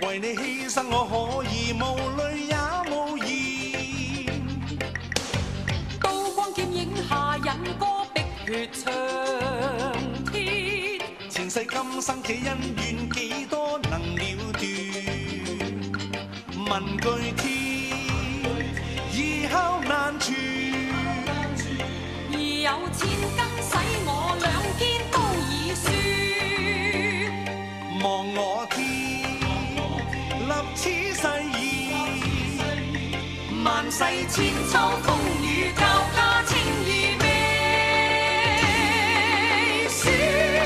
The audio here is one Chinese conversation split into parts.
为你牺牲我可以无泪也无言。 刀光剑影下引歌碧血长天。 前世今生这恩怨几多能了断？问句天，意敲难传。 而有千金使我两肩都已酸。 望我天，立此誓言， 万世千秋风雨交加，情义未雪。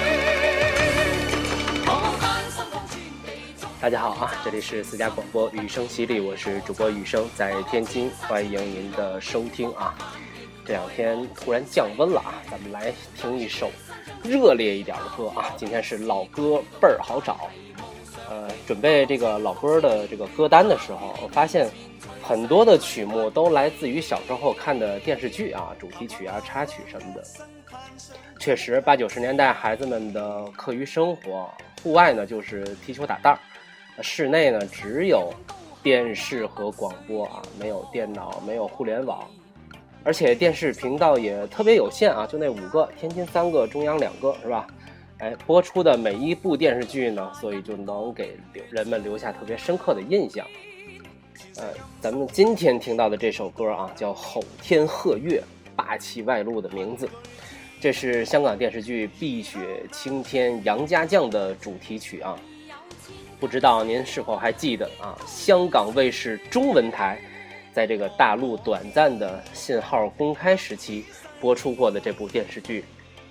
大家好啊，这里是私家广播雨声洗礼，我是主播雨声，在天津，欢迎您的收听啊。这两天突然降温了啊，咱们来听一首热烈一点的歌啊。今天是老歌倍儿好找，准备这个老歌的这个歌单的时候，我发现很多的曲目都来自于小时候看的电视剧啊，主题曲啊、插曲什么的。确实，80、90年代孩子们的课余生活，户外呢就是踢球打蛋，室内呢只有电视和广播啊，没有电脑，没有互联网。而且电视频道也特别有限啊，就那5个，天津3个，中央2个，是吧？播出的每一部电视剧呢，所以就能给人们留下特别深刻的印象。咱们今天听到的这首歌啊，叫《吼天喝月》，霸气外露的名字。这是香港电视剧《碧血青天》杨家将的主题曲啊。不知道您是否还记得啊？香港卫视中文台在这个大陆短暂的信号公开时期播出过的这部电视剧。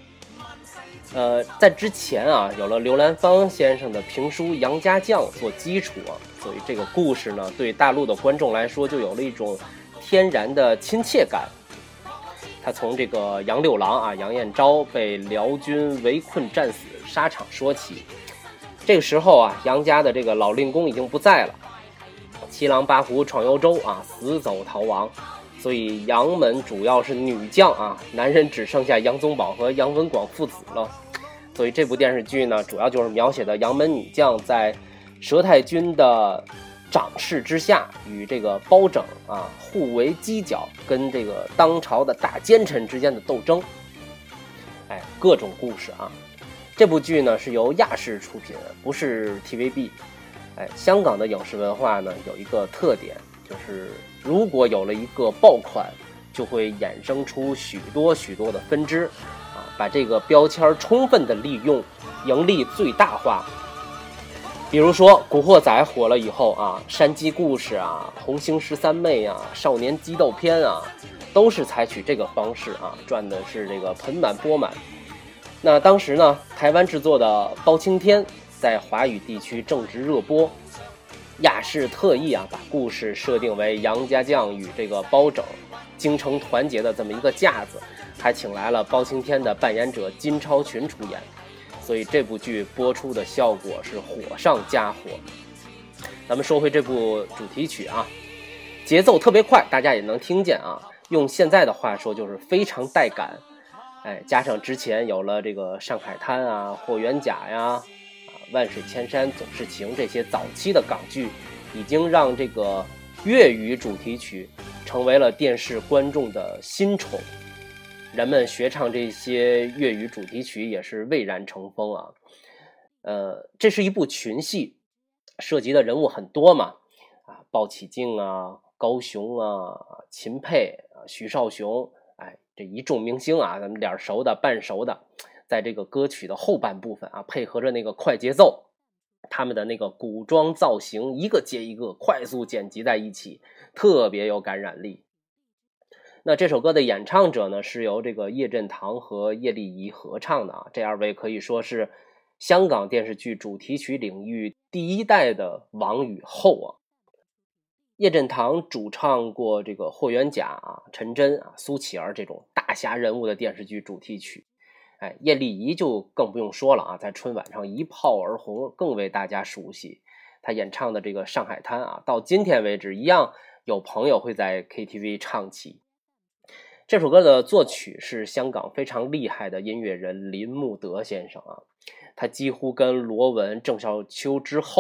在之前啊，有了刘兰芳先生的评书《杨家将》做基础啊，所以这个故事呢，对大陆的观众来说就有了一种天然的亲切感。他从这个杨六郎啊，杨彦昭被辽军围困战死沙场说起。这个时候啊，杨家的这个老令公已经不在了。七郎八虎闯幽州啊，死走逃亡，所以杨门主要是女将啊，男人只剩下杨宗保和杨文广父子了。所以这部电视剧呢，主要就是描写的杨门女将在佘太君的掌视之下，与这个包拯啊互为犄角，跟这个当朝的大奸臣之间的斗争。各种故事啊。这部剧呢是由亚视出品，不是 TVB。香港的影视文化呢有一个特点，就是如果有了一个爆款，就会衍生出许多的分支啊，把这个标签充分的利用，盈利最大化。比如说《古惑仔》火了以后啊，山鸡故事啊、红星13妹啊、少年激斗篇啊，都是采取这个方式啊，赚的是这个盆满钵满。那当时呢，台湾制作的《包青天》在华语地区正值热播，亚视特意啊把故事设定为杨家将与这个包拯京城团结的这么一个架子，还请来了包青天的扮演者金超群出演，所以这部剧播出的效果是火上加火。咱们说回这部主题曲啊，节奏特别快，大家也能听见啊，用现在的话说就是非常带感。加上之前有了这个上海滩啊、霍元甲呀、万水千山总是情这些早期的港剧，已经让这个粤语主题曲成为了电视观众的新宠。人们学唱这些粤语主题曲也是蔚然成风啊。这是一部群戏，涉及的人物很多嘛，鲍起静啊、高雄啊、秦沛啊、徐少雄，这一众明星啊，咱们脸熟的、半熟的，在这个歌曲的后半部分啊，配合着那个快节奏，他们的那个古装造型一个接一个快速剪辑在一起，特别有感染力。那这首歌的演唱者呢，是由这个叶振棠和叶丽仪合唱的啊，这2位可以说是香港电视剧主题曲领域第一代的王与后啊。叶振棠主唱过这个霍元甲啊、陈真啊、苏乞儿这种大侠人物的电视剧主题曲。叶丽仪就更不用说了啊，在春晚上一炮而红，更为大家熟悉。她演唱的这个《上海滩》啊，到今天为止一样有朋友会在 KTV 唱起。这首歌的作曲是香港非常厉害的音乐人林慕德先生啊，他几乎跟罗文、郑少秋之后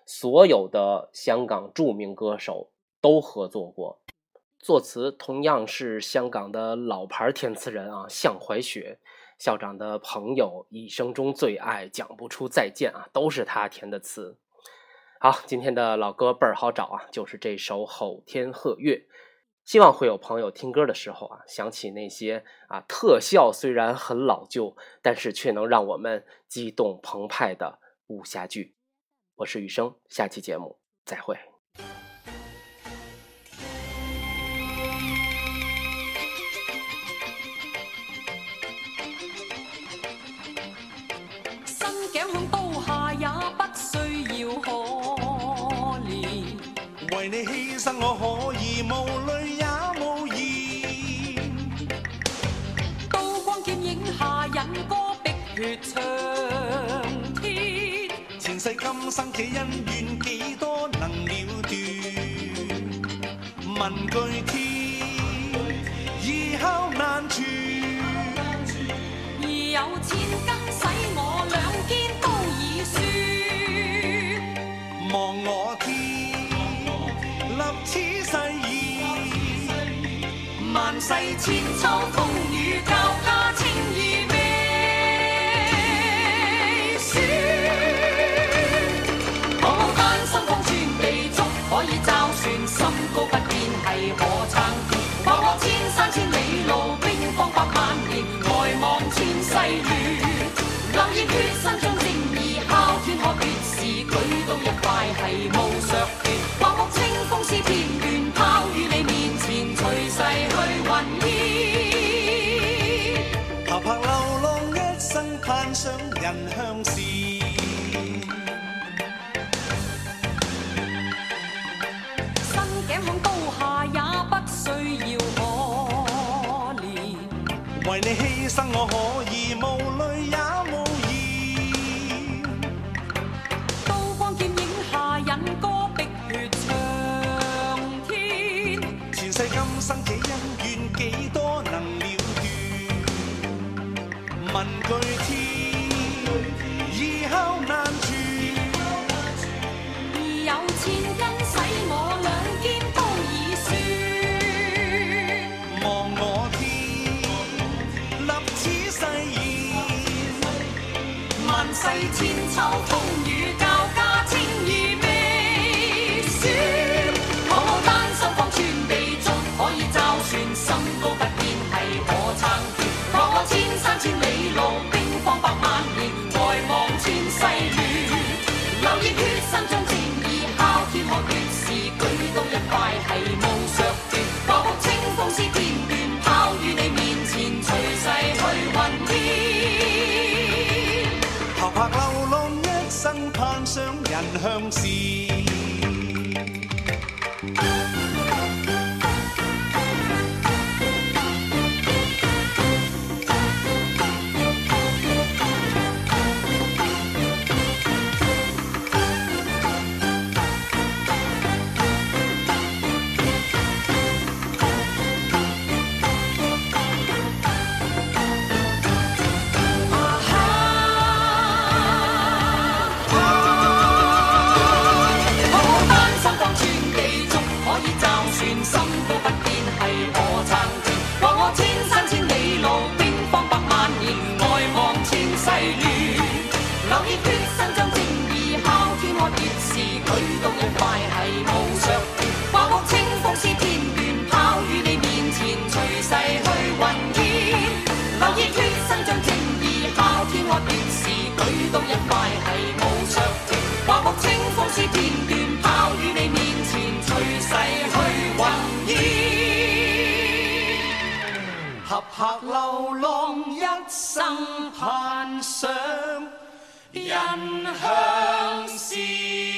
所有的香港著名歌手都合作过。作词同样是香港的老牌填词人啊，向怀雪。校长的朋友，一生中最爱，讲不出再见啊，都是他填的词。好，今天的老歌倍儿好找啊，就是这首《吼天鹤月》。希望会有朋友听歌的时候啊，想起那些特效虽然很老旧，但是却能让我们激动澎湃的武侠剧。我是雨生，下期节目再会。 為你犧牲我可以無淚也無言， 刀光劍影下引歌碧血長天， 前世今生這恩怨幾多能了斷，問句天異孝難全， 已有千斤使我兩肩都已酸， 望我天立此誓言，萬世千秋風雨交加情義未雪。 我冇單心放穿地足，可以罩船心高不變係可撐天。話我千山千里路，兵荒百萬年，外望千世亂。流熱血伸張正義，哮天喝血是舉刀一塊係無削斷。話我清風是片段，拋於你面前，隨逝去雲煙。 拍拍流浪一生，盼想人向善。 身頸向刀下也不需要可憐， 為你犧牲我可以無淚也無言， 刀光劍影下引歌碧血長天， 前世今生這恩怨幾多能了斷，問句天異孝難全， 已有千斤使我兩肩都已酸， 望我天立此誓言，萬世千秋風雨交加情義未雪。 我冇單心放穿地足，可以罩船心高不變係可撐天。話我千山千里路，兵荒百萬年，外望千世亂。流熱血伸張正義，哮天喝血是舉刀一塊係無削斷。話我清風是片段，拋於你面前，隨逝去雲煙。 拍拍流浪一生，盼想人向善。 合拍流浪一生，盼想人向善。